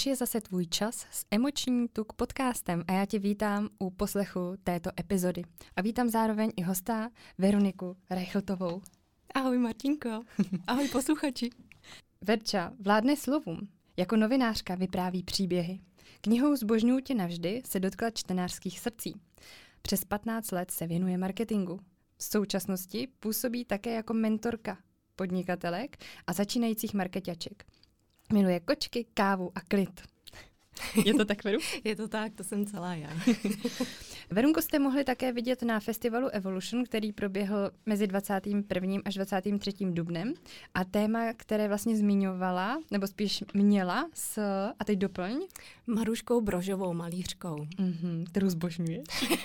Už je zase tvůj čas s Emoční tuk podcastem a já tě vítám u poslechu této epizody. A vítám zároveň i hosta Veroniku Reichltovou. Ahoj Martinko, ahoj posluchači. Verča vládne slovům. Jako novinářka vypráví příběhy. Knihou Zbožňuju tě navždy se dotkla čtenářských srdcí. Přes 15 let se věnuje marketingu. V současnosti působí také jako mentorka podnikatelek a začínajících marketaček. Miluje kočky, kávu a klid. Je to tak, Veru? Je to tak, to jsem celá já. Verunku jste mohli také vidět na festivalu Evolution, který proběhl mezi 21. až 23. dubnem. A téma, které vlastně zmiňovala, nebo spíš měla a teď doplň. Maruškou Brožovou, malířkou. Kterou zbožňuješ.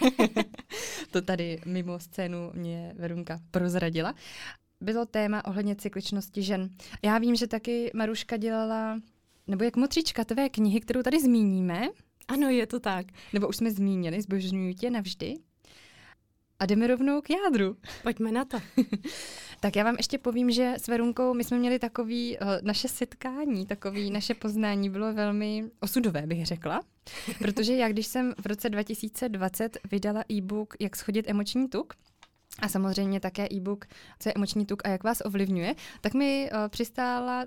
To tady mimo scénu mě Verunka prozradila. Bylo téma ohledně cykličnosti žen. Já vím, že taky Maruška dělala, nebo jak motříčka tvé knihy, kterou tady zmíníme. Ano, je to tak. Nebo už jsme zmínili, Zbožňuju tě navždy. A jdeme rovnou k jádru. Pojďme na to. Tak já vám ještě povím, že s Verunkou my jsme měli takový naše setkání, takový naše poznání bylo velmi osudové, bych řekla. Protože já, když jsem v roce 2020 vydala e-book Jak schodit emoční tuk, a samozřejmě také e-book Co je emoční tuk a jak vás ovlivňuje, tak mi přistál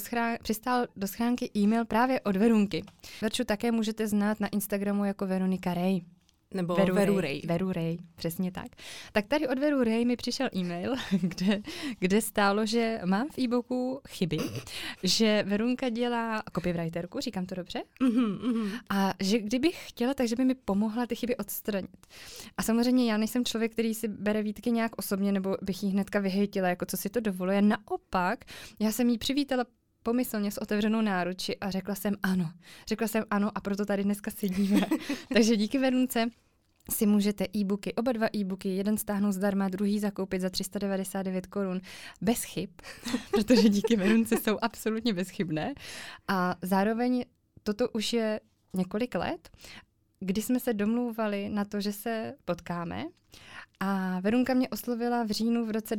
do schránky e-mail právě od Verunky. Verču také můžete znát na Instagramu jako Veronika Ray. Nebo Veru Ray. Veru Ray, přesně tak. Tak tady od Veru Ray mi přišel e-mail, kde stálo, že mám v e-booku chyby, že Verunka dělá copywriterku, říkám to dobře? A že kdybych chtěla, takže by mi pomohla ty chyby odstranit. A samozřejmě já nejsem člověk, který si bere výtky nějak osobně, nebo bych jí hnedka vyhejtila, jako co si to dovoluje. Naopak, já jsem jí přivítala pomyslně s otevřenou náruči a řekla jsem ano a proto tady dneska sedíme. Takže díky Verunce si můžete e-booky, oba dva e-booky, jeden stáhnout zdarma, druhý zakoupit za 399 korun bez chyb, protože díky Verunce jsou absolutně bezchybné. A zároveň toto už je několik let, kdy jsme se domlouvali na to, že se potkáme. A Verunka mě oslovila v říjnu v roce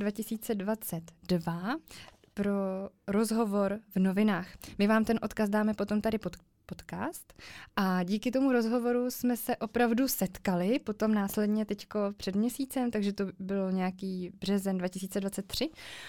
2022 pro rozhovor v novinách. My vám ten odkaz dáme potom tady pod podcast a díky tomu rozhovoru jsme se opravdu setkali, potom následně teďko před měsícem, takže to bylo nějaký březen 2023.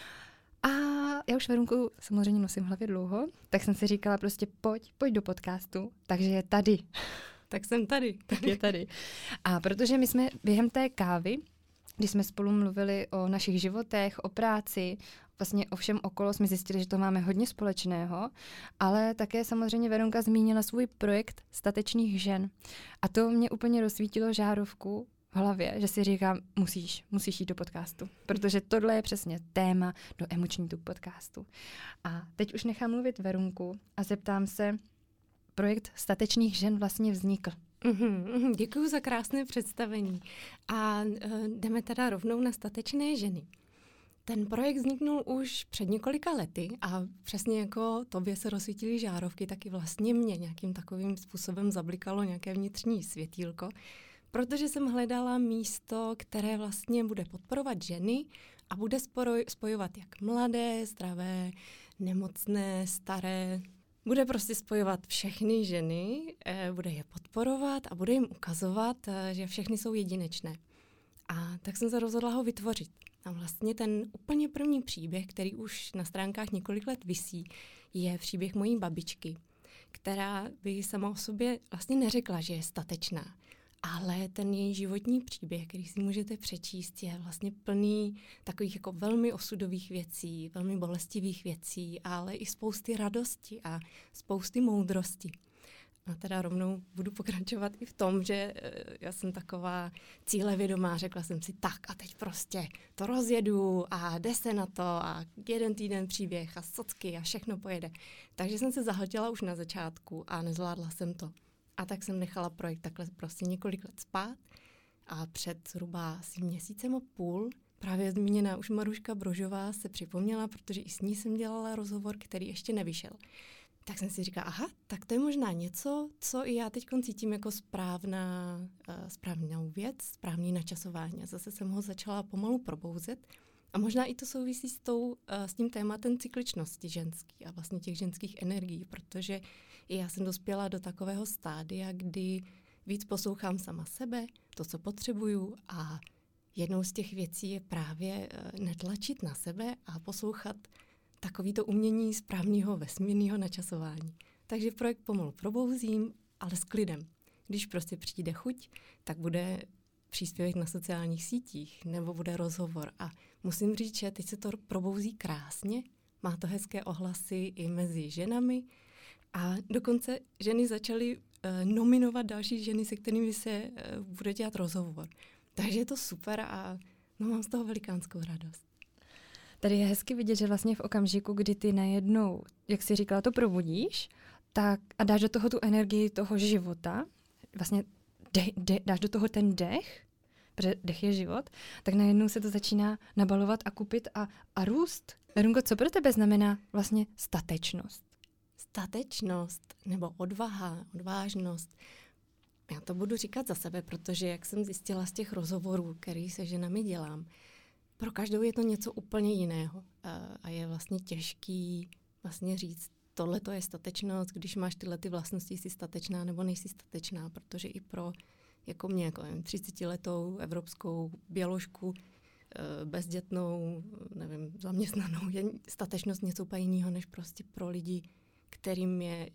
A já už Verunku samozřejmě nosím v hlavě dlouho, tak jsem si říkala prostě pojď do podcastu, takže je tady. Tak jsem tady. Tak je tady. A protože my jsme během té kávy, když jsme spolu mluvili o našich životech, o práci, vlastně o všem okolo, jsme zjistili, že to máme hodně společného, ale také samozřejmě Verunka zmínila svůj projekt statečných žen. A to mě úplně rozsvítilo žárovku v hlavě, že si říkám, musíš jít do podcastu, protože tohle je přesně téma do Emoční tuk podcastu. A teď už nechám mluvit Verunku a zeptám se, projekt statečných žen vlastně vznikl. Děkuji za krásné představení. A jdeme teda rovnou na statečné ženy. Ten projekt vzniknul už před několika lety a přesně jako tobě se rozsvítily žárovky, tak i vlastně mě nějakým takovým způsobem zablikalo nějaké vnitřní světýlko, protože jsem hledala místo, které vlastně bude podporovat ženy a bude spojovat jak mladé, zdravé, nemocné, staré. Bude prostě spojovat všechny ženy, bude je podporovat a bude jim ukazovat, že všechny jsou jedinečné. A tak jsem se rozhodla ho vytvořit. A vlastně ten úplně první příběh, který už na stránkách několik let visí, je příběh mojí babičky, která by sama o sobě vlastně neřekla, že je statečná. Ale ten její životní příběh, který si můžete přečíst, je vlastně plný takových jako velmi osudových věcí, velmi bolestivých věcí, ale i spousty radosti a spousty moudrosti. A teda rovnou budu pokračovat i v tom, že já jsem taková cílevědomá, řekla jsem si tak a teď prostě to rozjedu a jde se na to a jeden týden příběh a socky a všechno pojede. Takže jsem se zahltila už na začátku a nezvládla jsem to. A tak jsem nechala projekt takhle prostě několik let spát a před zhruba asi měsícem a půl právě zmíněná už Maruška Brožová se připomněla, protože i s ní jsem dělala rozhovor, který ještě nevyšel. Tak jsem si říkala, tak to je možná něco, co i já teď cítím jako správnou věc, správný načasování. A zase jsem ho začala pomalu probouzet A možná i to souvisí s tím tématem cykličnosti ženský a vlastně těch ženských energií, protože i já jsem dospěla do takového stádia, kdy víc poslouchám sama sebe, to, co potřebuju, a jednou z těch věcí je právě netlačit na sebe a poslouchat takovýto umění správného vesmírného načasování. Takže projekt pomalu probouzím, ale s klidem. Když prostě přijde chuť, tak bude příspěvek na sociálních sítích nebo bude rozhovor. A musím říct, že teď se to probouzí krásně, má to hezké ohlasy i mezi ženami a dokonce ženy začaly nominovat další ženy, se kterými se bude dělat rozhovor. Takže je to super a mám z toho velikánskou radost. Tady je hezky vidět, že vlastně v okamžiku, kdy ty najednou, jak jsi říkala, to probudíš, tak a dáš do toho tu energii toho života, vlastně dáš do toho ten dech, protože dech je život, tak najednou se to začíná nabalovat a kupit a růst. Verunko, co pro tebe znamená vlastně statečnost? Statečnost nebo odvaha, odvážnost. Já to budu říkat za sebe, protože jak jsem zjistila z těch rozhovorů, který se ženami dělám, pro každou je to něco úplně jiného. A je vlastně těžký vlastně říct, tohle to je statečnost, když máš tyhle ty vlastnosti, jsi statečná nebo nejsi statečná, protože i pro jako mě, jako 30letou evropskou běložku, bezdětnou, nevím, zaměstnanou, je statečnost něco úplně jiného, než prostě pro lidi, kterým je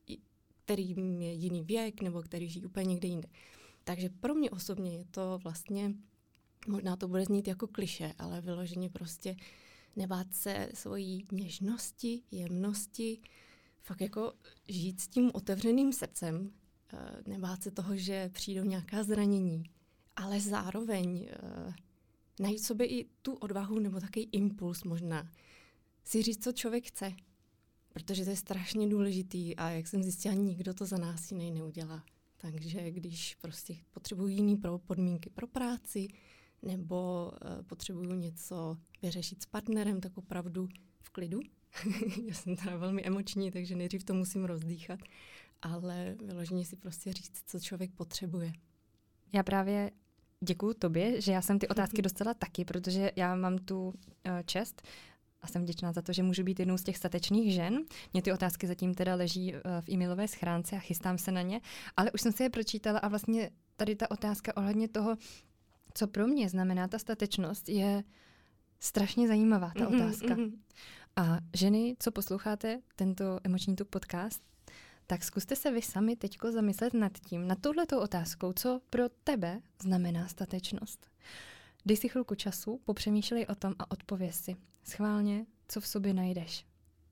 jiný věk nebo který žijí úplně někde jinde. Takže pro mě osobně je to vlastně, možná to bude znít jako klišé, ale vyloženě prostě nebát se svojí něžnosti, jemnosti, fakt jako žít s tím otevřeným srdcem, nebát se toho, že přijdou nějaká zranění, ale zároveň najít sobě i tu odvahu nebo takový impuls možná si říct, co člověk chce, protože to je strašně důležitý a jak jsem zjistila, nikdo to za nás jiný neudělá. Takže když prostě potřebuji jiný podmínky pro práci nebo potřebuju něco vyřešit s partnerem, tak opravdu v klidu. Já jsem teda velmi emoční, takže nejdřív to musím rozdýchat, ale vyloženě si prostě říct, co člověk potřebuje. Já právě děkuju tobě, že já jsem ty otázky dostala taky, protože já mám tu čest a jsem vděčná za to, že můžu být jednou z těch statečných žen. Mně ty otázky zatím teda leží v e-mailové schránce a chystám se na ně, ale už jsem si je pročítala a vlastně tady ta otázka ohledně toho, co pro mě znamená ta statečnost, je strašně zajímavá, ta otázka. A ženy, co posloucháte tento Emoční tuk podcast, tak zkuste se vy sami teďko zamyslet nad tím, nad touhletou otázkou, co pro tebe znamená statečnost. Dej si chvilku času, popřemýšlej o tom a odpověz si. Schválně, co v sobě najdeš.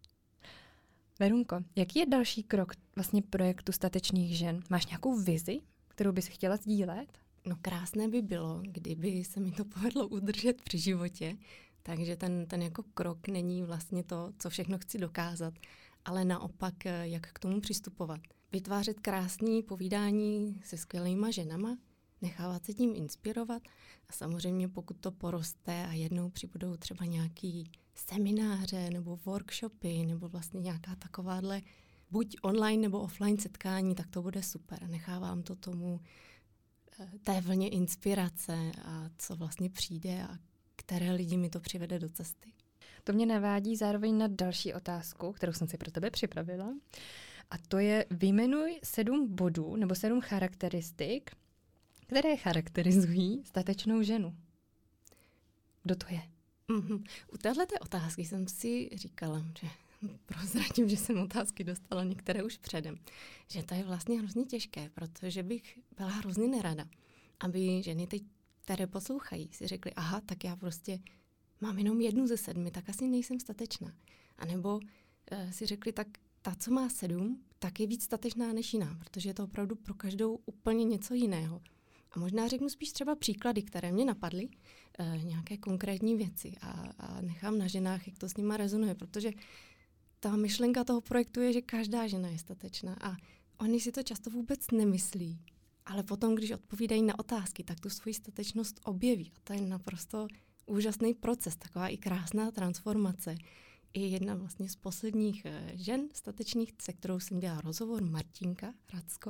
Verunko, jaký je další krok vlastně projektu statečných žen? Máš nějakou vizi, kterou bys chtěla sdílet? No krásné by bylo, kdyby se mi to povedlo udržet při životě, takže ten jako krok není vlastně to, co všechno chci dokázat, ale naopak, jak k tomu přistupovat. Vytvářet krásné povídání se skvělýma ženama, nechávat se tím inspirovat a samozřejmě pokud to poroste a jednou přibudou třeba nějaký semináře nebo workshopy nebo vlastně nějaká takováhle buď online nebo offline setkání, tak to bude super. Nechávám to tomu té vlně inspirace a co vlastně přijde a které lidi mi to přivede do cesty. To mě navádí zároveň na další otázku, kterou jsem si pro tebe připravila. A to je vyjmenuj 7 bodů nebo 7 charakteristik, které charakterizují statečnou ženu. Kdo to je? U téhleté otázky jsem si říkala, že prozradím, že jsem otázky dostala některé už předem, že to je vlastně hrozně těžké, protože bych byla hrozně nerada, aby ženy teď, které poslouchají, si řekly, aha, tak já prostě mám jenom 1 ze 7, tak asi nejsem statečná. A nebo si řekli, tak ta, co má 7, tak je víc statečná než jiná, protože je to opravdu pro každou úplně něco jiného. A možná řeknu spíš třeba příklady, které mě napadly, nějaké konkrétní věci a nechám na ženách, jak to s nima rezonuje, protože ta myšlenka toho projektu je, že každá žena je statečná a oni si to často vůbec nemyslí. Ale potom, když odpovídají na otázky, tak tu svoji statečnost objeví. A to je naprosto úžasný proces, taková i krásná transformace. I jedna vlastně z posledních žen statečných, se kterou jsem dělala rozhovor, Martinka Racko,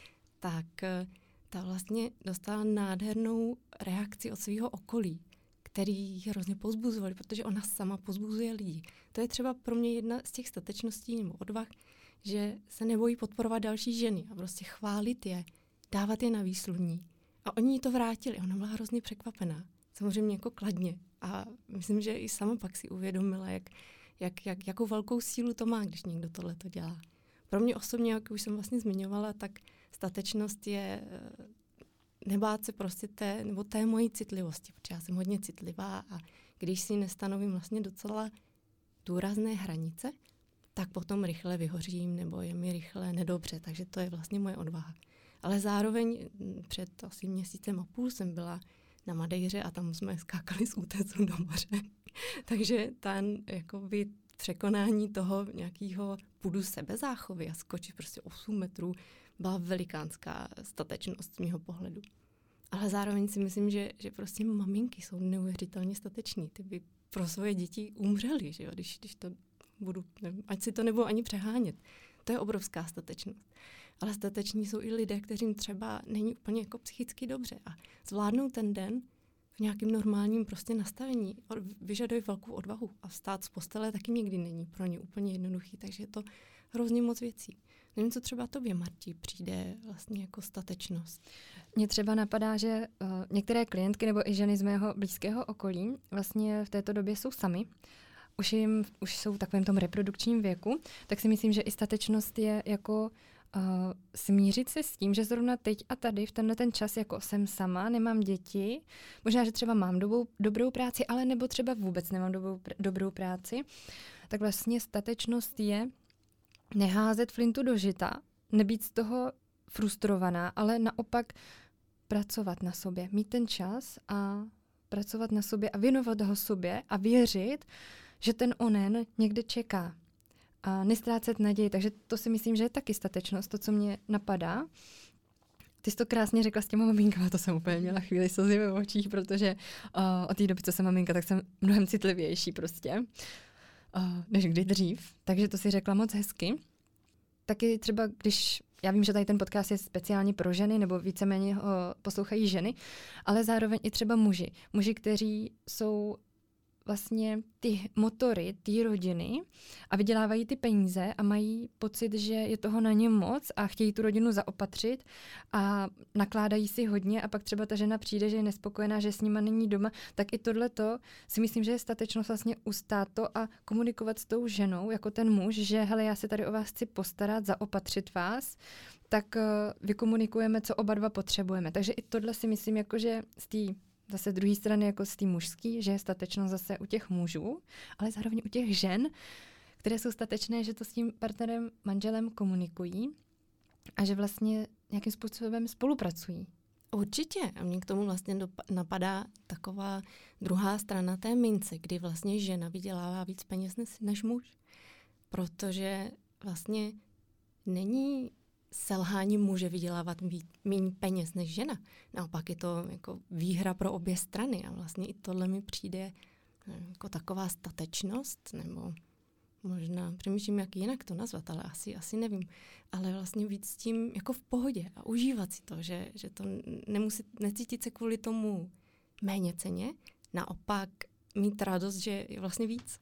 tak ta vlastně dostala nádhernou reakci od svého okolí, který ji hrozně povzbuzovali, protože ona sama povzbuzuje lidi. To je třeba pro mě jedna z těch statečností nebo odvah, že se nebojí podporovat další ženy a prostě chválit je, dávat je na výsluní. A oni jí to vrátili. Ona byla hrozně překvapená. Samozřejmě jako kladně. A myslím, že i sama pak si uvědomila, jakou velkou sílu to má, když někdo tohleto dělá. Pro mě osobně, jak už jsem vlastně zmiňovala, tak statečnost je nebát se prostě té mojí citlivosti, protože já jsem hodně citlivá a když si nestanovím vlastně docela důrazné hranice, tak potom rychle vyhořím nebo je mi rychle nedobře, takže to je vlastně moje odvaha. Ale zároveň před asi měsícem a půl jsem byla na Madejře a tam jsme skákali z útesu do moře. Takže ten jakoby překonání toho nějakého půdu sebezáchovy a skočit prostě 8 metrů byla velikánská statečnost z mého pohledu. Ale zároveň si myslím, že prostě maminky jsou neuvěřitelně stateční. Ty by pro svoje děti umřely, že jo? Když to budu, nevím, ať si to nebudu ani přehánět. To je obrovská statečnost. Ale stateční jsou i lidé, kterým třeba není úplně jako psychicky dobře a zvládnou ten den v nějakém normálním prostě nastavení. Vyžaduje velkou odvahu a vstát z postele taky někdy není pro ně úplně jednoduchý, takže je to hrozně moc věcí. Nevím, co třeba tobě, Marti, přijde vlastně jako statečnost. Mně třeba napadá, že některé klientky nebo i ženy z mého blízkého okolí vlastně v této době jsou sami. Už jsou v takovém tom reprodukčním věku, tak si myslím, že i statečnost je jako smířit se s tím, že zrovna teď a tady v tenhle ten čas jako jsem sama, nemám děti, možná, že třeba mám dobrou práci, ale nebo třeba vůbec nemám dobrou práci, tak vlastně statečnost je neházet flintu do žita, nebýt z toho frustrovaná, ale naopak pracovat na sobě, mít ten čas a pracovat na sobě a věnovat ho sobě a věřit, že ten onen někde čeká a nestrácet naději. Takže to si myslím, že je taky statečnost, to, co mě napadá. Ty jsi to krásně řekla s těma maminkama, to jsem úplně měla chvíli slzy ve očích, protože od té doby, co jsem maminka, tak jsem mnohem citlivější prostě, než kdy dřív. Takže to si řekla moc hezky. Taky třeba, když já vím, že tady ten podcast je speciálně pro ženy, nebo víceméně ho poslouchají ženy, ale zároveň i třeba muži. Muži, kteří jsou vlastně ty motory, ty rodiny a vydělávají ty peníze a mají pocit, že je toho na ně moc a chtějí tu rodinu zaopatřit a nakládají si hodně a pak třeba ta žena přijde, že je nespokojená, že s nima není doma, tak i tohleto si myslím, že je statečnost vlastně ustát to a komunikovat s tou ženou, jako ten muž, že hele, já se tady o vás chci postarat, zaopatřit vás, tak vykomunikujeme, co oba dva potřebujeme. Takže i tohle si myslím, jakože z té zase druhé strany jako z té mužský, že je statečnost zase u těch mužů, ale zároveň u těch žen, které jsou statečné, že to s tím partnerem, manželem komunikují a že vlastně nějakým způsobem spolupracují. Určitě. A mě k tomu vlastně napadá taková druhá strana té mince, kdy vlastně žena vydělává víc peněz než muž. Protože vlastně není selhání muže vydělávat méně peněz než žena. Naopak je to jako výhra pro obě strany a vlastně i tohle mi přijde jako taková statečnost, nebo možná přemýšlím, jak jinak to nazvat, ale asi nevím. Ale vlastně víc s tím jako v pohodě a užívat si to, že to necítit se kvůli tomu méněcenně, naopak mít radost, že je vlastně víc.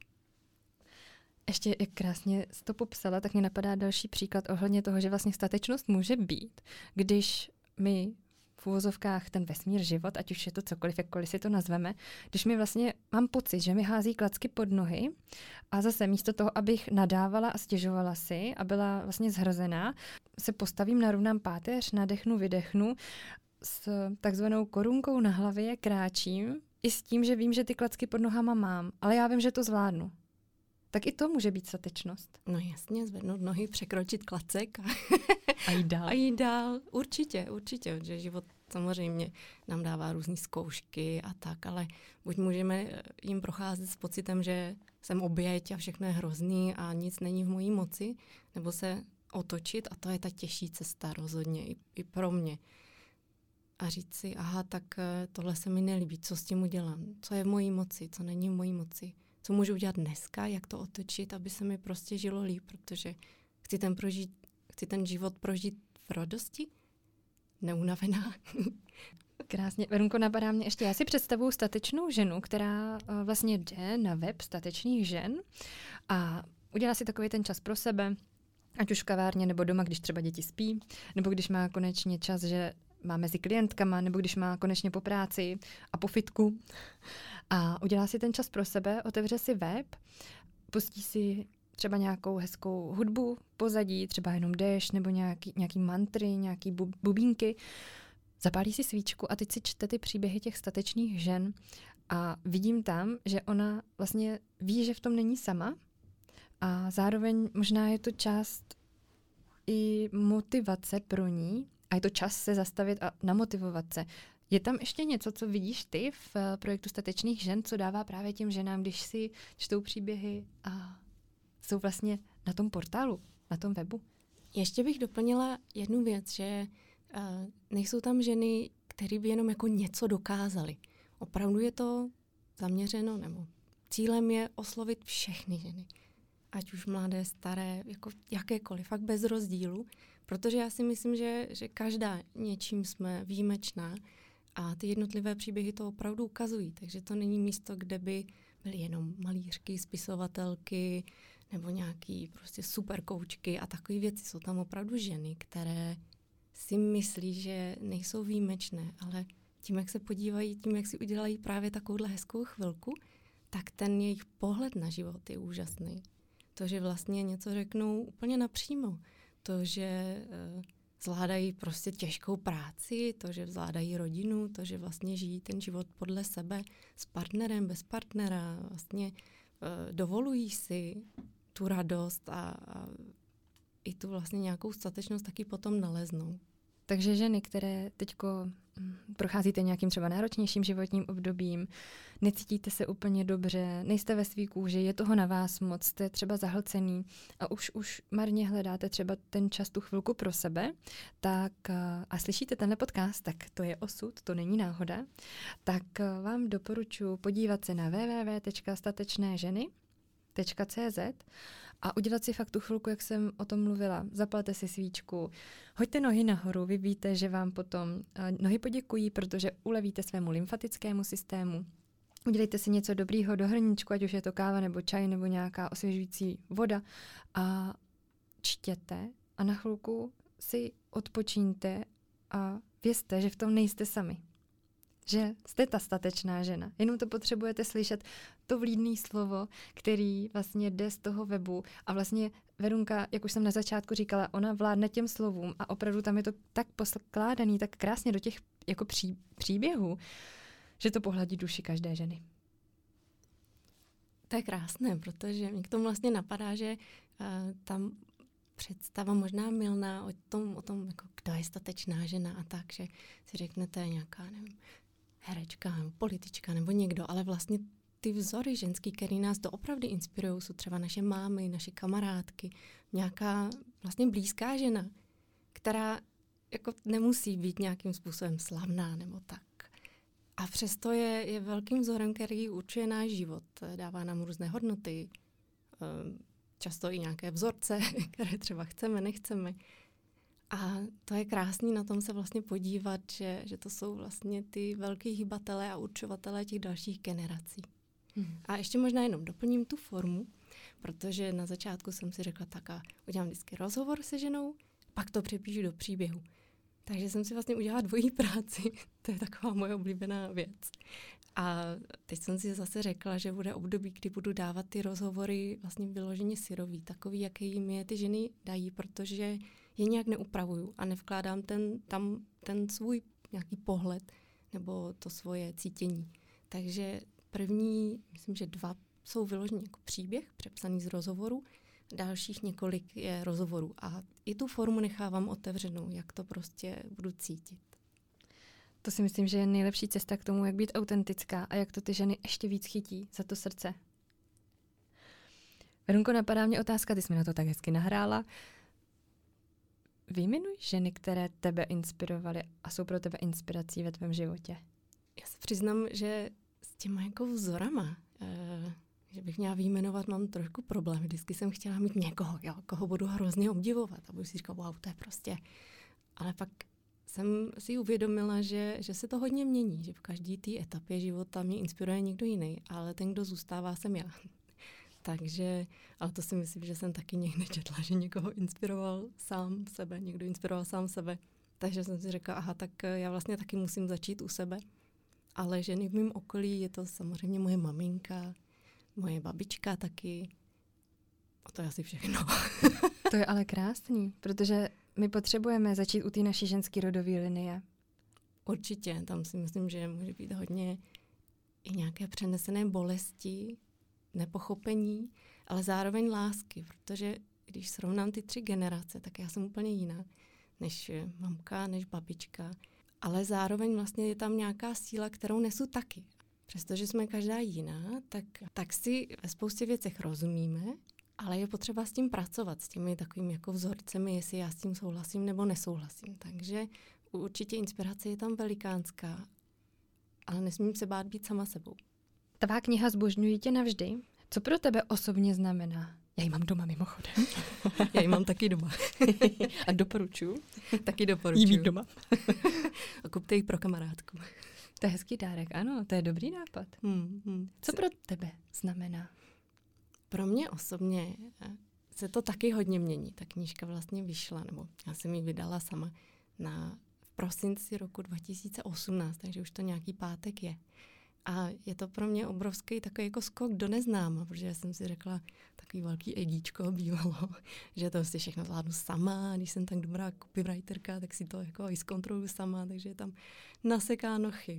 Ještě jak krásně jsi to popsala, tak mě napadá další příklad ohledně toho, že vlastně statečnost může být, když my v uvozovkách ten vesmír, život, ať už je to cokoliv, jakkoliv si to nazveme, když mi vlastně mám pocit, že mi hází klacky pod nohy a zase místo toho, abych nadávala a stěžovala si a byla vlastně zhrzená, se postavím, narovnám páteř, nadechnu, vydechnu, s takzvanou korunkou na hlavě kráčím i s tím, že vím, že ty klacky pod nohama mám, ale já vím, že to zvládnu. Tak i to může být statečnost. No jasně, zvednout nohy, překročit klacek a jít dál. A jít dál. Určitě, že život samozřejmě nám dává různé zkoušky a tak, ale buď můžeme jim procházet s pocitem, že jsem oběť a všechno je hrozný a nic není v mojí moci, nebo se otočit a to je ta těžší cesta rozhodně i pro mě. A říct si, aha, tak tohle se mi nelíbí, co s tím udělám, co je v mojí moci, co není v mojí moci. Co můžu udělat dneska, jak to otočit, aby se mi prostě žilo líp, protože chci ten život prožít v radosti, neunavená. Krásně. Verunko, napadá mě ještě, já si představuju statečnou ženu, která vlastně jde na web statečných žen a udělá si takový ten čas pro sebe, ať už v kavárně nebo doma, když třeba děti spí, nebo když má konečně čas, že má mezi klientkama, nebo když má konečně po práci a po fitku. A udělá si ten čas pro sebe, otevře si web, pustí si třeba nějakou hezkou hudbu pozadí, třeba jenom déšť nebo nějaký mantry, nějaký bubínky. Zapálí si svíčku a teď si čte ty příběhy těch statečných žen a vidím tam, že ona vlastně ví, že v tom není sama a zároveň možná je to část i motivace pro ní a je to čas se zastavit a namotivovat se. Je tam ještě něco, co vidíš ty v projektu statečných žen, co dává právě těm ženám, když si čtou příběhy a jsou vlastně na tom portálu, na tom webu? Ještě bych doplnila jednu věc, že nejsou tam ženy, které by jenom jako něco dokázaly. Opravdu je to zaměřeno, nebo cílem je oslovit všechny ženy. Ať už mladé, staré, jako jakékoliv, fakt bez rozdílu. Protože já si myslím, že každá něčím jsme výjimečná a ty jednotlivé příběhy to opravdu ukazují. Takže to není místo, kde by byly jenom malířky, spisovatelky nebo nějaký prostě super koučky a takové věci. Jsou tam opravdu ženy, které si myslí, že nejsou výjimečné, ale tím, jak se podívají, tím, jak si udělají právě takovouhle hezkou chvilku, tak ten jejich pohled na život je úžasný. To, že vlastně něco řeknou úplně napřímo. To, že zvládají prostě těžkou práci, to, že zvládají rodinu, to, že vlastně žijí ten život podle sebe s partnerem, bez partnera, vlastně dovolují si tu radost a i tu vlastně nějakou statečnost taky potom naleznou. Takže ženy, které teďko procházíte nějakým třeba náročnějším životním obdobím, necítíte se úplně dobře, nejste ve svý kůži, je toho na vás moc, jste třeba zahlcený a už marně hledáte třeba ten čas, tu chvilku pro sebe, tak a slyšíte tenhle podcast, tak to je osud, to není náhoda, tak vám doporučuji podívat se na www.statečnéženy.cz a udělat si fakt tu chvilku, jak jsem o tom mluvila. Zapalte si svíčku, hoďte nohy nahoru, vy víte, že vám potom nohy poděkují, protože ulevíte svému lymfatickému systému. Udělejte si něco dobrýho do hrníčku, ať už je to káva nebo čaj nebo nějaká osvěžující voda a čtěte a na chvilku si odpočíňte a vězte, že v tom nejste sami. Že jste ta statečná žena. Jenom to potřebujete slyšet, to vlídné slovo, který vlastně jde z toho webu. A vlastně Verunka, jak už jsem na začátku říkala, ona vládne těm slovům a opravdu tam je to tak poskládaný, tak krásně do těch jako příběhů, že to pohladí duši každé ženy. To je krásné, protože mě k tomu vlastně napadá, že tam představa možná mylná o tom jako kdo je statečná žena a tak, že si řeknete nějaká, nevím, herečka nebo politička nebo někdo, ale vlastně ty vzory ženský, který nás doopravdy inspirují, jsou třeba naše mámy, naše kamarádky, nějaká vlastně blízká žena, která jako nemusí být nějakým způsobem slavná nebo tak. A přesto je velkým vzorem, který určuje náš život. Dává nám různé hodnoty, často i nějaké vzorce, které třeba chceme, nechceme. A to je krásný na tom se vlastně podívat, že to jsou vlastně ty velký hybatelé a určovatelé těch dalších generací. A ještě možná jenom doplním tu formu, protože na začátku jsem si řekla tak a udělám vždycky rozhovor se ženou, pak to přepíšu do příběhu. Takže jsem si vlastně udělala dvojí práci, to je taková moje oblíbená věc. A teď jsem si zase řekla, že bude období, kdy budu dávat ty rozhovory vlastně vyloženě syrový, takový, jaký mi je ty ženy dají, protože je nějak neupravuju a nevkládám ten svůj nějaký pohled nebo to svoje cítění. Takže první, myslím, že 2 jsou vyloženě jako příběh, přepsaný z rozhovoru, dalších několik je rozhovorů a i tu formu nechávám otevřenou, jak to prostě budu cítit. To si myslím, že je nejlepší cesta k tomu, jak být autentická a jak to ty ženy ještě víc chytí za to srdce. Verunko, napadá mě otázka, ty jsi mi na to tak hezky nahrála. Vyjmenuj ženy, které tebe inspirovaly a jsou pro tebe inspirací ve tvém životě. Já se přiznám, že s těma jako vzorama, že bych měla vyjmenovat, mám trošku problém. Vždycky jsem chtěla mít někoho, koho budu hrozně obdivovat a budu si říkat, wow, to je prostě. Ale pak jsem si uvědomila, že se to hodně mění, že v každé té etapě života mě inspiruje někdo jiný, ale ten, kdo zůstává, jsem já. Takže, ale to si myslím, že jsem taky někde četla, že někdo inspiroval sám sebe. Takže jsem si řekla, aha, tak já vlastně taky musím začít u sebe. Ale ženy v mém okolí, je to samozřejmě moje maminka, moje babička taky. A to je asi všechno. To je ale krásný, protože my potřebujeme začít u té naší ženské rodové linie. Určitě, tam si myslím, že může být hodně i nějaké přenesené bolesti, nepochopení, ale zároveň lásky, protože když srovnám ty 3 generace, tak já jsem úplně jiná než mamka, než babička, ale zároveň vlastně je tam nějaká síla, kterou nesu taky. Přestože jsme každá jiná, tak si ve spoustě věcech rozumíme, ale je potřeba s tím pracovat, s těmi takovými jako vzorcemi, jestli já s tím souhlasím nebo nesouhlasím. Takže určitě inspirace je tam velikánská, ale nesmím se bát být sama sebou. Tvá kniha Zbožňuji tě navždy. Co pro tebe osobně znamená? Já ji mám doma mimochodem. Já ji mám taky doma. A doporučuji. Taky doporučuji. Jí mít doma. A kupte ji pro kamarádku. To je hezký dárek, ano, to je dobrý nápad. Co pro tebe znamená? Pro mě osobně se to taky hodně mění. Ta knížka vlastně vyšla, nebo já jsem ji vydala sama v prosinci roku 2018, takže už to nějaký pátek je. A je to pro mě obrovský takový jako skok do neznáma, protože jsem si řekla, takový velký egíčko bývalo, že to si všechno zvládnu sama, když jsem tak dobrá copywriterka, tak si to jako i zkontroluji sama, takže je tam nasekáno chyb.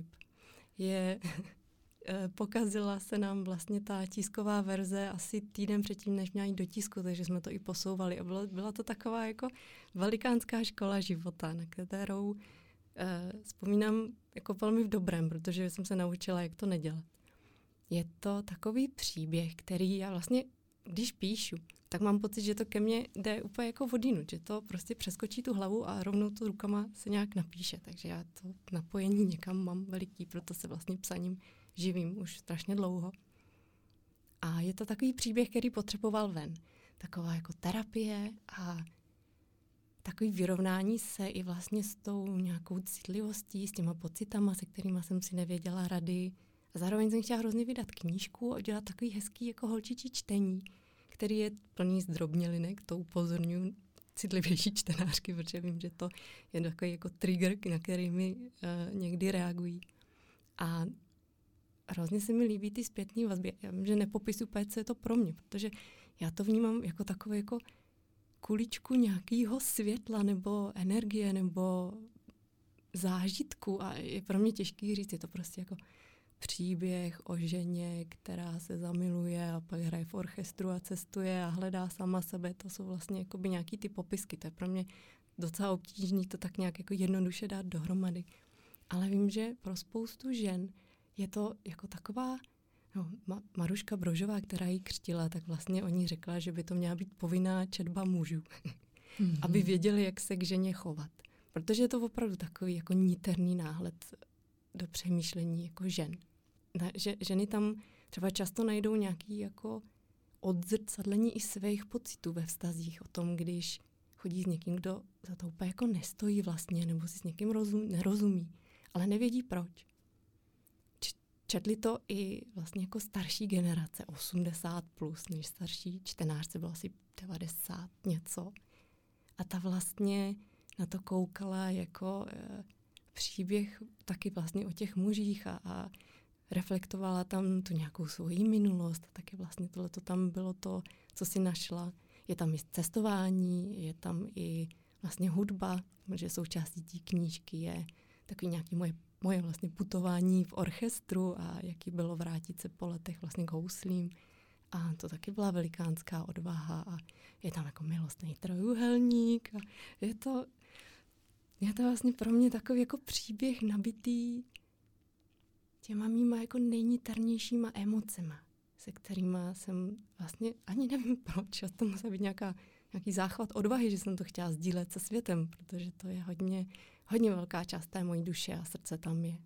Pokazila se nám vlastně ta tisková verze asi týden předtím, než měla jít do tisku, takže jsme to i posouvali. A byla to taková jako velikánská škola života, na kterou vzpomínám jako velmi v dobrém, protože jsem se naučila, jak to nedělat. Je to takový příběh, který já vlastně, když píšu, tak mám pocit, že to ke mně jde úplně jako vodinut, že to prostě přeskočí tu hlavu a rovnou to rukama se nějak napíše. Takže já to napojení někam mám veliký, proto se vlastně psaním živím už strašně dlouho. A je to takový příběh, který potřeboval ven. Taková jako terapie a takový vyrovnání se i vlastně s tou nějakou citlivostí, s těma pocitama, se kterýma jsem si nevěděla rady. A zároveň jsem chtěla hrozně vydat knížku a udělat takový hezký jako holčičí čtení, který je plný zdrobnělinek, to upozorňuji citlivější čtenářky, protože vím, že to je takový jako trigger, na který mi někdy reagují. A hrozně se mi líbí ty zpětné vazby. Já vím, že nepopisuju, co je to pro mě, protože já to vnímám jako takové jako kuličku nějakého světla nebo energie nebo zážitku a je pro mě těžký říct, je to prostě jako příběh o ženě, která se zamiluje a pak hraje v orchestru a cestuje a hledá sama sebe. To jsou vlastně jakoby nějaký ty popisky. To je pro mě docela obtížný to tak nějak jako jednoduše dát dohromady. Ale vím, že pro spoustu žen je to jako taková, Maruška Brožová, která ji křtila, tak vlastně o ní řekla, že by to měla být povinná četba mužů, aby věděli, jak se k ženě chovat. Protože je to opravdu takový jako niterný náhled do přemýšlení jako žen. Ženy tam třeba často najdou nějaký jako odzrcadlení i svých pocitů ve vztazích o tom, když chodí s někým, kdo za to úplně jako nestojí vlastně, nebo si s někým nerozumí, ale nevědí proč. Četli to i vlastně jako starší generace, 80 plus, než starší čtenářce bylo asi 90 něco. A ta vlastně na to koukala jako příběh taky vlastně o těch mužích a reflektovala tam tu nějakou svoji minulost. A taky vlastně tohleto tam bylo to, co si našla. Je tam i cestování, je tam i vlastně hudba, protože součástí té knížky je takový nějaký moje vlastně putování v orchestru a jaký bylo vrátit se po letech vlastně k houslím. A to taky byla velikánská odvaha a je tam jako milostný trojúhelník a je to vlastně pro mě takový jako příběh nabitý těma mýma jako nejniternějšíma emocema, se kterýma jsem vlastně ani nevím proč, a to musí být nějaký záchvat odvahy, že jsem to chtěla sdílet se světem, protože to je hodně velká část té mojí duše a srdce tam je.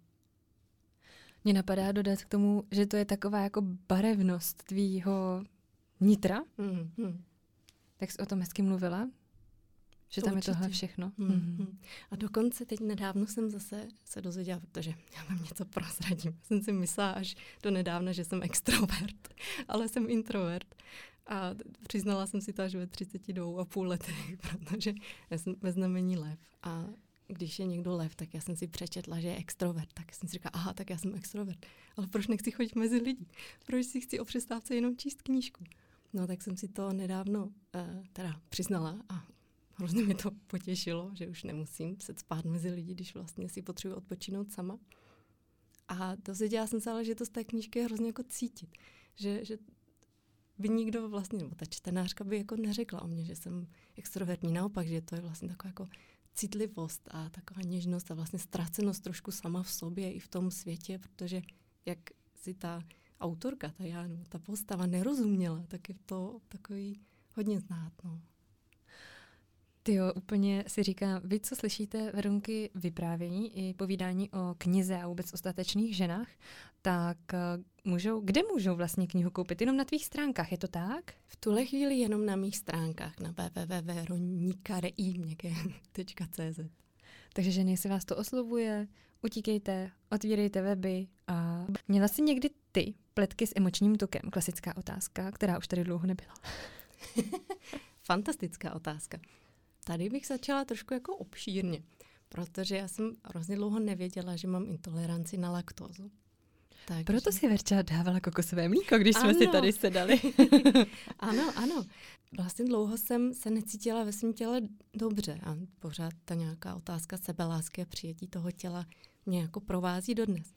Mně napadá dodat k tomu, že to je taková jako barevnost tvýho nitra. Tak jsi o tom hezky mluvila. že tam je tohle všechno. A dokonce teď nedávno jsem zase se dozvěděla, protože já vám něco prozradím. Jsem si myslela až do nedávna, že jsem extrovert, ale jsem introvert. A přiznala jsem si to až ve 32,5 letech, protože já jsem ve znamení lev. A když je někdo lev, tak já jsem si přečetla, že je extrovert. Tak jsem si říkala, aha, tak já jsem extrovert. Ale proč nechci chodit mezi lidi? Proč si chci o přestávce jenom číst knížku? No tak jsem si to nedávno teda přiznala a hrozně mě to potěšilo, že už nemusím se spát mezi lidi, když vlastně si potřebuji odpočinout sama. A dozvěděla jsem se ale, že to z té knížky je hrozně jako cítit. Že by nikdo vlastně, nebo ta čtenářka by jako neřekla o mě, že jsem extrovertní. Naopak, že to je vlastně taková jako citlivost a taková něžnost a vlastně ztracenost trošku sama v sobě i v tom světě, protože jak si ta autorka, ta já, ta postava nerozuměla, tak je to takový hodně znát, no. Tyjo, úplně si říkám, vy, co slyšíte Verunky vyprávění i povídání o knize a vůbec o statečných ženách, tak kde můžou vlastně knihu koupit? Jenom na tvých stránkách, je to tak? V tuhle chvíli jenom na mých stránkách na www.veronikareim.cz. Takže ženy, jestli vás to oslovuje, utíkejte, otvírejte weby a měla jsi někdy ty pletky s emočním tukem? Klasická otázka, která už tady dlouho nebyla. Fantastická otázka. Tady bych začala trošku jako obšírně, protože já jsem hrozně dlouho nevěděla, že mám intoleranci na laktózu. Takže... Proto si Verča dávala kokosové mlíko, když jsme si tady sedali. Ano. Vlastně dlouho jsem se necítila ve svém těle dobře a pořád ta nějaká otázka sebelásky a přijetí toho těla mě jako provází dodnes.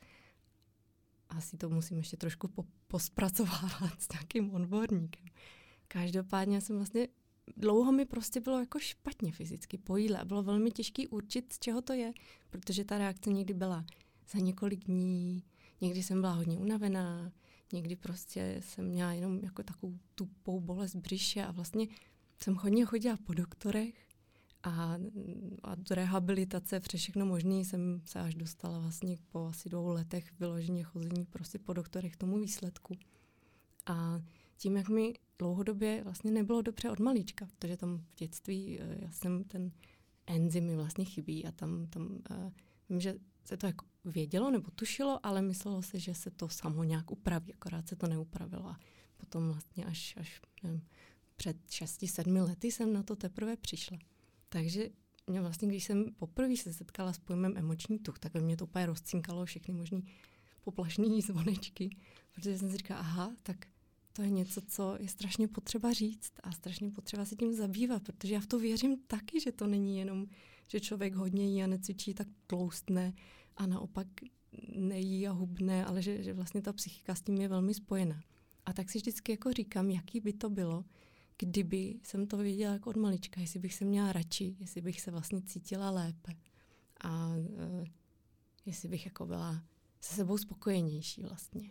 Asi to musím ještě trošku pospracovávat s nějakým odborníkem. Každopádně jsem vlastně dlouho mi prostě bylo jako špatně fyzicky po jídle a bylo velmi těžké určit, z čeho to je, protože ta reakce někdy byla za několik dní, někdy jsem byla hodně unavená, někdy prostě jsem měla jenom jako takovou tupou bolest břiše a vlastně jsem hodně chodila po doktorech a do rehabilitace přes všechno možný jsem se až dostala vlastně po asi 2 letech vyloženě chození prostě po doktorech k tomu výsledku. A tím, jak mi dlouhodobě vlastně nebylo dobře od malička, protože tam v dětství já jsem ten enzym mi vlastně chybí a tam vím, že se to jako vědělo nebo tušilo, ale myslelo se, že se to samo nějak upraví, akorát se to neupravilo a potom vlastně až nevím, před 6-7 lety jsem na to teprve přišla. Takže mě vlastně, když jsem poprvé se setkala s pojmem emoční tuk, tak ve mě to úplně rozcinkalo všechny možný poplašný zvonečky, protože jsem si říkala, aha, tak to je něco, co je strašně potřeba říct a strašně potřeba se tím zabývat, protože já v to věřím taky, že to není jenom, že člověk hodně jí a necvičí, tak tloustne a naopak nejí a hubne, ale že vlastně ta psychika s tím je velmi spojená. A tak si vždycky jako říkám, jaký by to bylo, kdyby jsem to věděla jako od malička, jestli bych se měla radši, jestli bych se vlastně cítila lépe a jestli bych jako byla se sebou spokojenější vlastně.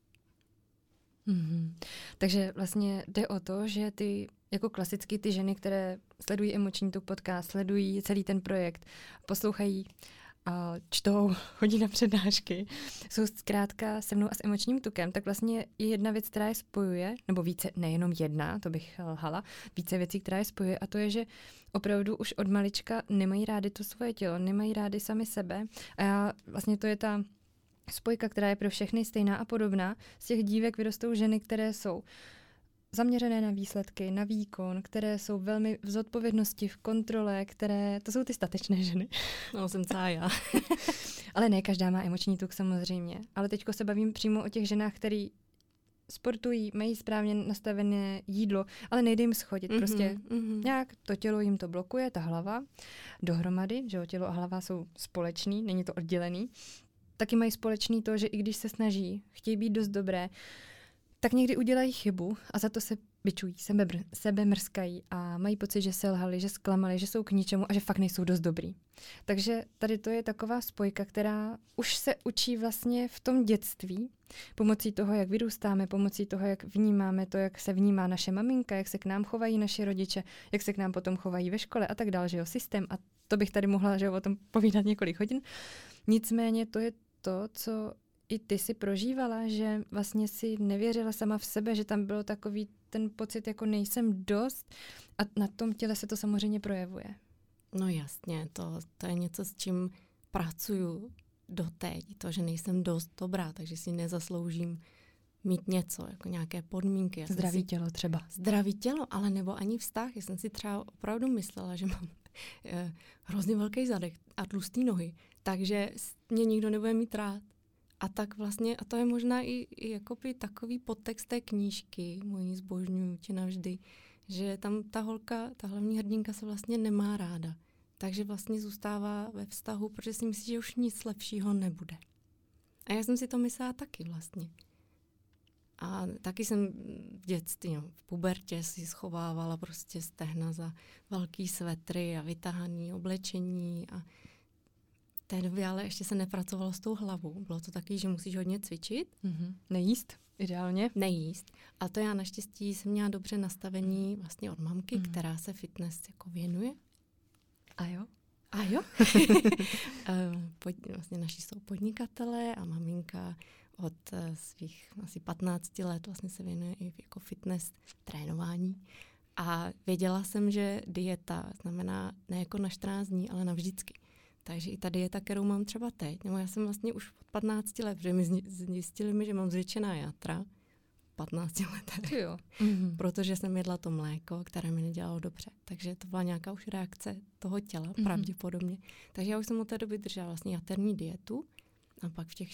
Mm-hmm. Takže vlastně jde o to, že ty jako klasicky ty ženy, které sledují Emoční tuk podcast, sledují celý ten projekt, poslouchají a čtou, chodí na přednášky, jsou zkrátka se mnou a s Emočním tukem, tak vlastně je jedna věc, která je spojuje, nebo více, nejenom jedna, to bych lhala, více věcí, která je spojuje a to je, že opravdu už od malička nemají rády to svoje tělo, nemají rády sami sebe a já vlastně to je ta spojka, která je pro všechny stejná a podobná. Z těch dívek vyrostou ženy, které jsou zaměřené na výsledky, na výkon, které jsou velmi v zodpovědnosti, v kontrole, to jsou ty statečné ženy. No, jsem celá já. Ale ne každá má emoční tuk samozřejmě. Ale teďko se bavím přímo o těch ženách, které sportují, mají správně nastavené jídlo, ale nejde jim schodit. Prostě nějak to tělo jim to blokuje, ta hlava dohromady, že jo, tělo a hlava jsou společný, není to oddělený. Taky mají společný to, že i když se snaží, chtějí být dost dobré, tak někdy udělají chybu a za to se bičují, sebe mrskají a mají pocit, že selhali, že zklamali, že jsou k ničemu a že fakt nejsou dost dobrý. Takže tady to je taková spojka, která už se učí vlastně v tom dětství, pomocí toho, jak vyrůstáme, pomocí toho, jak vnímáme to, jak se vnímá naše maminka, jak se k nám chovají naši rodiče, jak se k nám potom chovají ve škole a tak dále, že jo, systém. A to bych tady mohla, že jo, o tom povídat několik hodin. Nicméně to je to, co i ty si prožívala, že vlastně si nevěřila sama v sebe, že tam bylo takový ten pocit, jako nejsem dost a na tom těle se to samozřejmě projevuje. No jasně, to je něco, s čím pracuju doteď. To, že nejsem dost dobrá, takže si nezasloužím mít něco, jako nějaké podmínky. Zdravý tělo třeba. Zdravý tělo, ale nebo ani vztah. Já jsem si třeba opravdu myslela, že mám hrozně velký zadek a tlustý nohy, takže mě nikdo nebude mít rád. A tak vlastně, a to je možná i jakoby takový podtext té knížky, mojí Zbožňuju tě navždy, že tam ta holka, ta hlavní hrdinka se vlastně nemá ráda. Takže vlastně zůstává ve vztahu, protože si myslí, že už nic lepšího nebude. A já jsem si to myslela taky vlastně. A taky jsem v dětství, v pubertě si schovávala prostě stehna za velký svetry a vytahaný oblečení a v té době ale ještě se nepracovalo s tou hlavou. Bylo to taky, že musíš hodně cvičit. Nejíst, ideálně. Nejíst. A to já naštěstí jsem měla dobře nastavení vlastně od mamky, která se fitness jako věnuje. A jo? Vlastně naši jsou podnikatelé a maminka od svých asi 15 let vlastně se věnuje i jako fitness trénování. A věděla jsem, že dieta znamená ne jako na 14 dní, ale na vždycky. Takže i ta dieta, kterou mám třeba teď, nebo já jsem vlastně už od 15 let, protože zjistili mi, že mám zvětšená játra, 15 letech. Jo. Protože jsem jedla to mléko, které mi nedělalo dobře. Takže to byla nějaká už reakce toho těla, pravděpodobně. Takže já už jsem od té doby držela vlastně jaterní dietu a pak v těch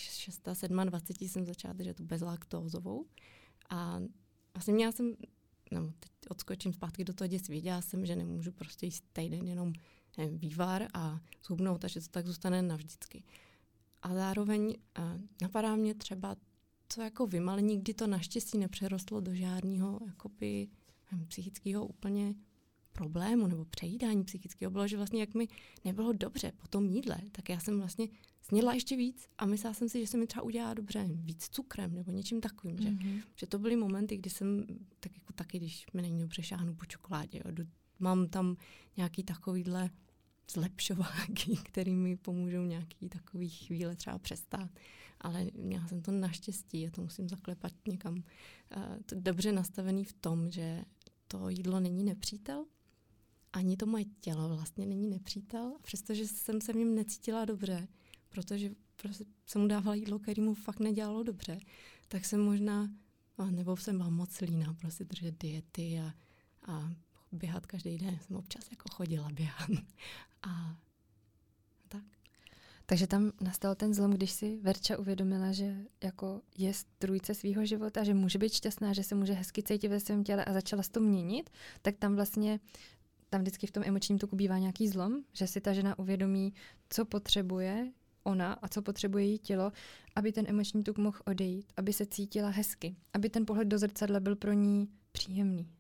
27 jsem začala držet tu bezlaktózovou. A vlastně měla jsem, teď odskočím zpátky do toho dětství, věděla jsem, že nemůžu prostě jíst týden jenom vývar a zhubnout, takže to tak zůstane navždycky. A zároveň napadá mě třeba co jako vymalení, kdy to naštěstí nepřerostlo do žádného jakoby psychického úplně problému nebo přejídání psychického. Bylo, že vlastně jak mi nebylo dobře po tom jídle, tak já jsem vlastně snědla ještě víc a myslela jsem si, že se mi třeba udělá dobře víc cukrem nebo něčím takovým. Že to byly momenty, kdy jsem tak jako taky, když mi není dobře, šáhnu po čokoládě. Jo. Mám tam nějaký takovýhle zlepšováky, který mi pomůžou nějaký takový chvíle třeba přestát. Ale měla jsem to naštěstí a to musím zaklepat někam. To dobře nastavený v tom, že to jídlo není nepřítel, ani to moje tělo vlastně není nepřítel, a přestože jsem se v něm necítila dobře, protože prostě jsem mu dávala jídlo, který mu fakt nedělalo dobře, tak jsem možná, nebo jsem byla moc líná, prostě držet diety a běhat každý den. Jsem občas jako chodila běhat. A tak. Takže tam nastal ten zlom, když si Verča uvědomila, že jako je strůjce svýho života, že může být šťastná, že se může hezky cítit ve svém těle a začala se to měnit, tak tam vlastně, tam vždycky v tom emočním tuku bývá nějaký zlom, že si ta žena uvědomí, co potřebuje ona a co potřebuje její tělo, aby ten emoční tuk mohl odejít, aby se cítila hezky, aby ten pohled do zrcadla byl pro ní příjemný.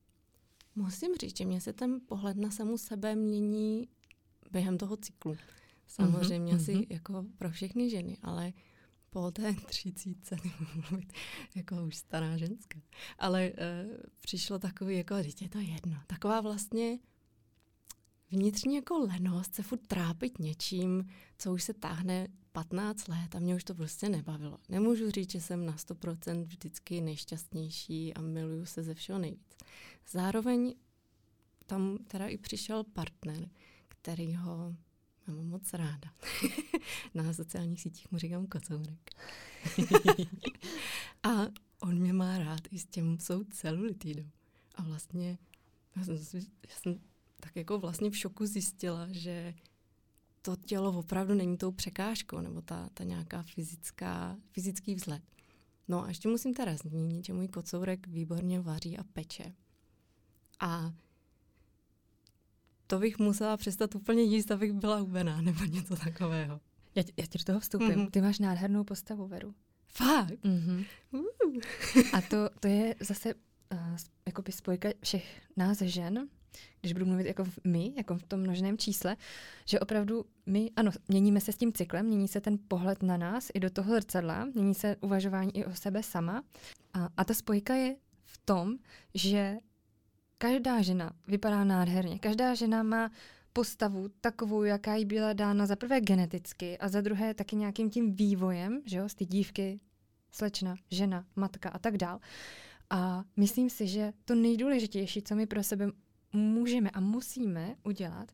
Musím říct, že mě se ten pohled na samu sebe mění během toho cyklu. Samozřejmě asi jako pro všechny ženy, ale po té 30 mluvit jako už stará ženská. Ale přišlo takový, jako je to jedno. Taková vlastně vnitřní jako lenost se furt trápit něčím, co už se táhne 15 let a mě už to prostě nebavilo. Nemůžu říct, že jsem na 100% vždycky nejšťastnější a miluju se ze všeho nejvíc. Zároveň tam teda i přišel partner, kterýho mám moc ráda. Na sociálních sítích mu říkám kocourek. A on mě má rád i s tím svou celulitidou. A vlastně já jsem tak jako vlastně v šoku zjistila, že to tělo opravdu není tou překážkou, nebo ta nějaká fyzický vzhled. No a ještě musím teda zmínit, že můj kocourek výborně vaří a peče. A to bych musela přestat úplně jíst, abych byla hubená, nebo něco takového. Já ti do toho vstupím. Ty máš nádhernou postavu, Veru. Fakt? A to je zase jakoby spojka všech nás žen, když budu mluvit jako my, jako v tom množném čísle, že opravdu my, ano, měníme se s tím cyklem, mění se ten pohled na nás i do toho zrcadla, mění se uvažování i o sebe sama. A ta spojka je v tom, že každá žena vypadá nádherně. Každá žena má postavu takovou, jaká jí byla dána za prvé geneticky a za druhé taky nějakým tím vývojem, že jo, z ty dívky, slečna, žena, matka a tak dál. A myslím si, že to nejdůležitější, co my pro sebe můžeme a musíme udělat,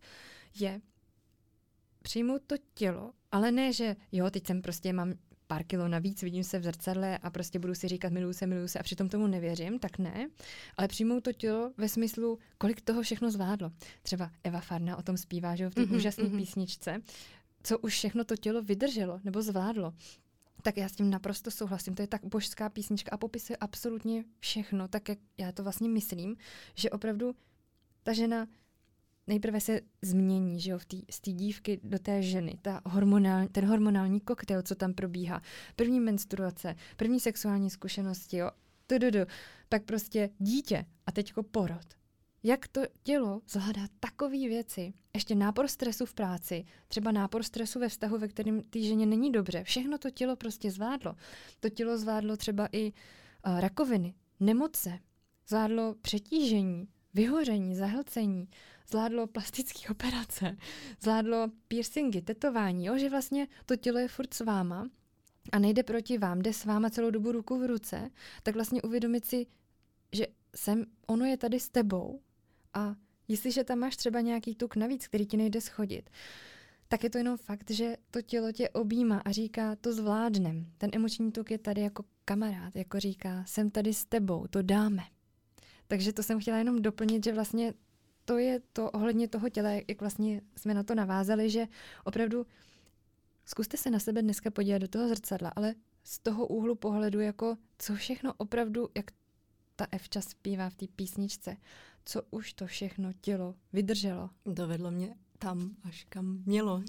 je přijmout to tělo, ale ne, že jo, teď jsem prostě mám pár kilo navíc, vidím se v zrcadle a prostě budu si říkat miluju se a přitom tomu nevěřím, tak ne. Ale přijmout to tělo ve smyslu, kolik toho všechno zvládlo. Třeba Eva Farna o tom zpívá, že jo, v té úžasné písničce, co už všechno to tělo vydrželo nebo zvládlo. Tak já s tím naprosto souhlasím. To je tak božská písnička a popisuje absolutně všechno, tak jak já to vlastně myslím, že opravdu ta žena nejprve se změní, že jo, z té dívky do té ženy, ten hormonální koktejl, co tam probíhá, první menstruace, první sexuální zkušenosti, jo, pak prostě dítě a teďko porod. Jak to tělo zvládá takové věci, ještě nápor stresu v práci, třeba nápor stresu ve vztahu, ve kterém té ženě není dobře, všechno to tělo prostě zvládlo. To tělo zvládlo třeba i rakoviny, nemoce, zvládlo přetížení, vyhoření, zahlcení, zvládlo plastické operace, zvládlo piercingy, tetování, jo? Že vlastně to tělo je furt s váma a nejde proti vám, jde s váma celou dobu ruku v ruce, tak vlastně uvědomit si, že ono je tady s tebou a jestliže tam máš třeba nějaký tuk navíc, který ti nejde schodit, tak je to jenom fakt, že to tělo tě objímá a říká, to zvládnem. Ten emoční tuk je tady jako kamarád, jako říká, jsem tady s tebou, to dáme. Takže to jsem chtěla jenom doplnit, že vlastně to je to ohledně toho těla, jak vlastně jsme na to navázali, že opravdu zkuste se na sebe dneska podívat do toho zrcadla, ale z toho úhlu pohledu, jako co všechno opravdu, jak ta Evča zpívá v té písničce, co už to všechno tělo vydrželo. Dovedlo mě tam, až kam mělo.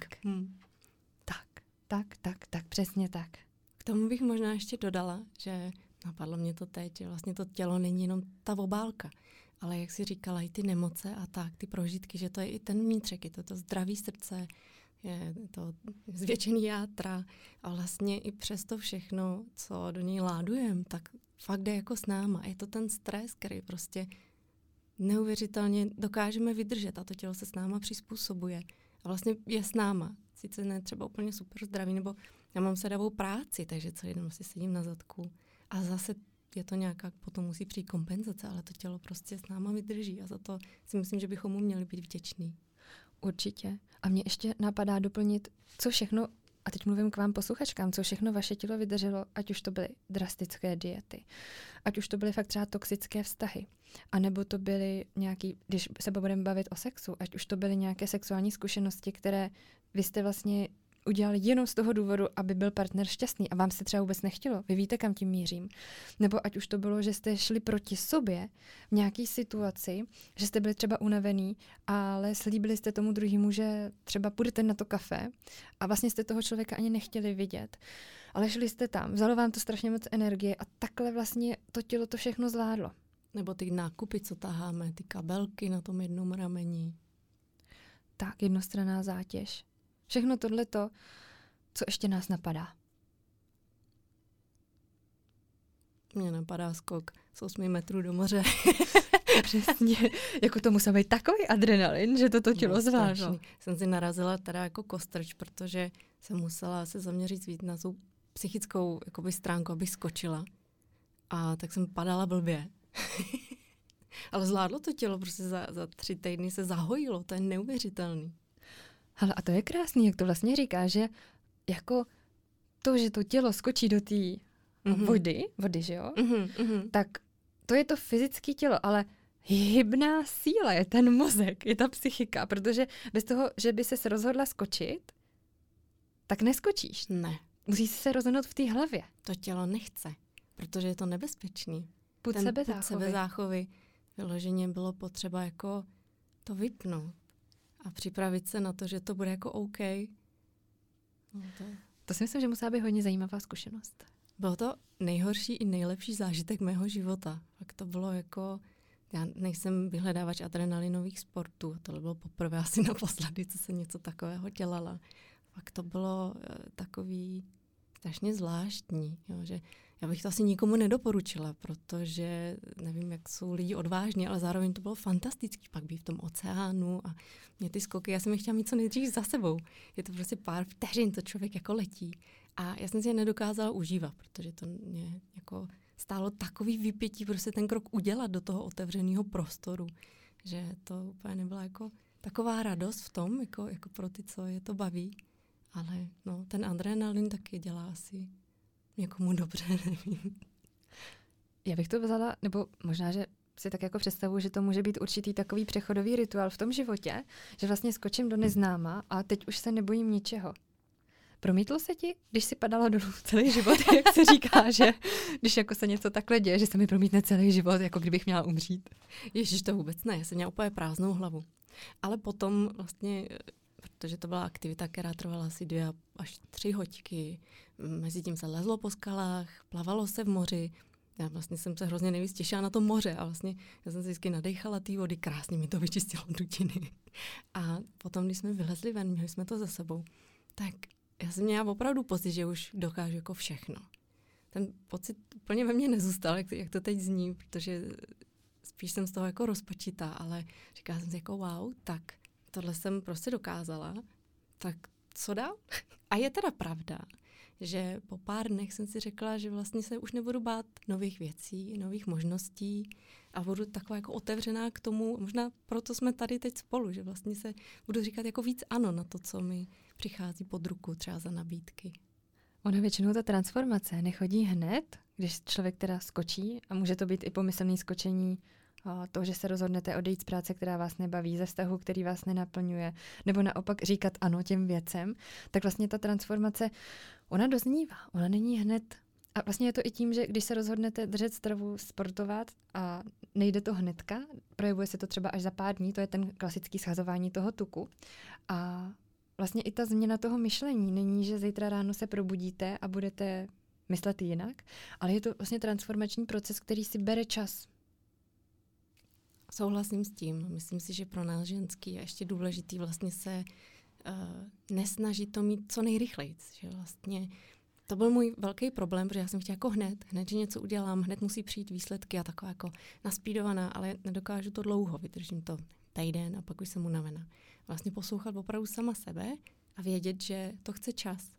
Tak, přesně tak. K tomu bych možná ještě dodala, že napadlo mě to teď, že vlastně to tělo není jenom ta obálka, ale jak jsi říkala, i ty nemoce a tak, ty prožitky, že to je i ten vnitřek, je to zdraví srdce, je to zvětšený játra a vlastně i přes to všechno, co do něj ládujeme, tak fakt jde jako s náma. Je to ten stres, který prostě neuvěřitelně dokážeme vydržet a to tělo se s náma přizpůsobuje. A vlastně je s náma. Sice ne třeba úplně super zdravý, nebo já mám sedavou práci, takže celý den si sedím na zadku. A zase je to nějaká, potom musí přijít kompenzace, ale to tělo prostě s náma vydrží a za to si myslím, že bychom mu měli být vděční. Určitě. A mě ještě napadá doplnit, co všechno, a teď mluvím k vám posluchačkám, co všechno vaše tělo vydrželo, ať už to byly drastické diety, ať už to byly fakt třeba toxické vztahy, anebo to byly nějaký, když se budeme bavit o sexu, ať už to byly nějaké sexuální zkušenosti, které vy jste vlastně udělali jenom z toho důvodu, aby byl partner šťastný a vám se třeba vůbec nechtělo. Vy víte, kam tím mířím. Nebo ať už to bylo, že jste šli proti sobě v nějaký situaci, že jste byli třeba unavený, ale slíbili jste tomu druhému, že třeba půjdete na to kafe a vlastně jste toho člověka ani nechtěli vidět. Ale šli jste tam, vzalo vám to strašně moc energie a takhle vlastně to tělo to všechno zvládlo. Nebo ty nákupy, co taháme, ty kabelky na tom jednom rameni. Tak, jednostranná zátěž. Všechno tohleto, co ještě nás napadá. Mně napadá skok z 8 metrů do moře. Přesně. Jako to musel být takový adrenalin, že to tělo zvládlo. Jsem si narazila teda jako kostrč, protože jsem musela se zaměřit víc na tu psychickou jakoby stránku, abych skočila. A tak jsem padala blbě. Ale zvládlo to tělo, prostě za 3 týdny se zahojilo, to je neuvěřitelný. Hele, a to je krásný, jak to vlastně říká, že jako to, že to tělo skočí do té vody, že jo, tak to je to fyzické tělo, ale hybná síla je ten mozek, je ta psychika, protože bez toho, že by ses rozhodla skočit, tak neskočíš. Ne. Musíš se rozhodnout v té hlavě. To tělo nechce, protože je to nebezpečný. Pud sebezáchovy vyloženě bylo potřeba jako to vypnout a připravit se na to, že to bude jako OK. No, to si myslím, že musela být hodně zajímavá zkušenost. Bylo to nejhorší i nejlepší zážitek mého života. Tak to bylo jako, já nejsem vyhledávač adrenalinových sportů, a tohle bylo poprvé asi naposledy, co jsem něco takového dělala. Pak to bylo takový strašně zvláštní, jo, že já bych to asi nikomu nedoporučila, protože nevím, jak jsou lidi odvážní, ale zároveň to bylo fantastický, pak být v tom oceánu a mě ty skoky, já jsem je chtěla mít co nejdřív za sebou. Je to prostě pár vteřin, to člověk jako letí. A já jsem si je nedokázala užívat, protože to mě jako stálo takový vypětí, prostě ten krok udělat do toho otevřeného prostoru, že to úplně nebyla jako taková radost v tom, jako pro ty, co je to baví. Ale no, ten adrenalin taky dělá asi někomu dobře, nevím. Já bych to vzala, nebo možná, že si tak jako představuji, že to může být určitý takový přechodový rituál v tom životě, že vlastně skočím do neznáma a teď už se nebojím ničeho. Promítlo se ti, když si padala dolů celý život, jak se říká, že když jako se něco takhle děje, že se mi promítne celý život, jako kdybych měla umřít? Ježiš, to vůbec ne, já jsem měla úplně prázdnou hlavu. Ale potom vlastně, protože to byla aktivita, která trvala asi 2 až 3 hoďky, mezi tím se lezlo po skalách, plavalo se v moři. Já vlastně jsem se hrozně nejvíc těšila na to moře a vlastně já jsem se vždycky nadechala té vody, krásně mi to vyčistilo dutiny. A potom, když jsme vylezli ven, měli jsme to za sebou, tak já jsem měla opravdu pocit, že už dokážu jako všechno. Ten pocit úplně ve mně nezůstal, jak to teď zní, protože spíš jsem z toho jako rozpačitá, ale říkala jsem si jako wow, tak tohle jsem prostě dokázala, tak co dál? A je teda pravda, že po pár dnech jsem si řekla, že vlastně se už nebudu bát nových věcí, nových možností a budu taková jako otevřená k tomu, možná proto jsme tady teď spolu, že vlastně se budu říkat jako víc ano na to, co mi přichází pod ruku, třeba za nabídky. Ona většinou ta transformace nechodí hned, když člověk teda skočí a může to být i pomyslný skočení, to, že se rozhodnete odejít z práce, která vás nebaví, ze vztahu, který vás nenaplňuje, nebo naopak říkat ano těm věcem, tak vlastně ta transformace, ona doznívá, ona není hned. A vlastně je to i tím, že když se rozhodnete držet stravu, sportovat a nejde to hnedka, projevuje se to třeba až za pár dní, to je ten klasický schazování toho tuku. A vlastně i ta změna toho myšlení není, že zítra ráno se probudíte a budete myslet jinak, ale je to vlastně transformační proces, který si bere čas. Souhlasím s tím. Myslím si, že pro nás ženský je ještě důležitý vlastně se nesnažit to mít co nejrychleji. Že vlastně to byl můj velký problém, protože já jsem chtěla jako hned, že něco udělám, hned musí přijít výsledky a taková jako naspídovaná, ale nedokážu to dlouho, vydržím to týden a pak už jsem unavená. Vlastně poslouchat opravdu sama sebe a vědět, že to chce čas.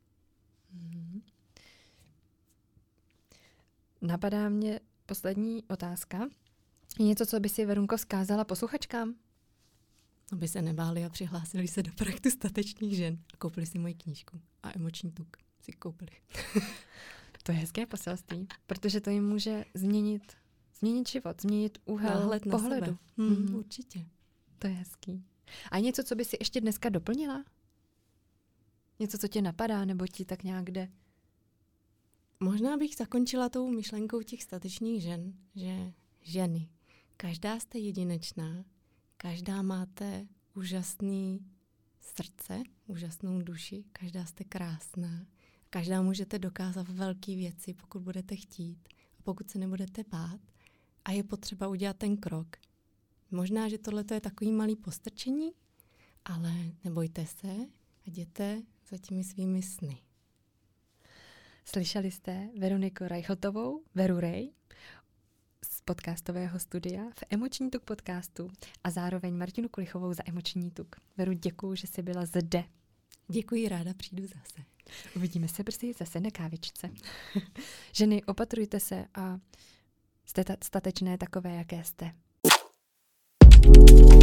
Napadá mě poslední otázka. Je něco, co by si, Verunko, vzkázala posluchačkám? Aby se nebáli a přihlásili se do projektu Statečných žen a koupili si moji knížku a emoční tuk si koupili. To je hezké poselství, protože to jim může změnit život, změnit úhel pohledu. Určitě. To je hezký. A něco, co by si ještě dneska doplnila? Něco, co tě napadá, nebo ti tak nějak jde? Možná bych zakončila tou myšlenkou těch statečných žen, že ženy, každá jste jedinečná, každá máte úžasný srdce, úžasnou duši, každá jste krásná, každá můžete dokázat velké věci, pokud budete chtít a pokud se nebudete bát a je potřeba udělat ten krok. Možná, že tohle je takový malý postrčení, ale nebojte se a jděte za těmi svými sny. Slyšeli jste Veroniku Reichotovou, Veru Rej, z podcastového studia v Emoční tuk podcastu a zároveň Martinu Kulichovou za Emoční tuk. Veru, děkuju, že jsi byla zde. Děkuji, ráda přijdu zase. Uvidíme se brzy zase na kávičce. Ženy, opatrujte se a jste statečné takové, jaké jste.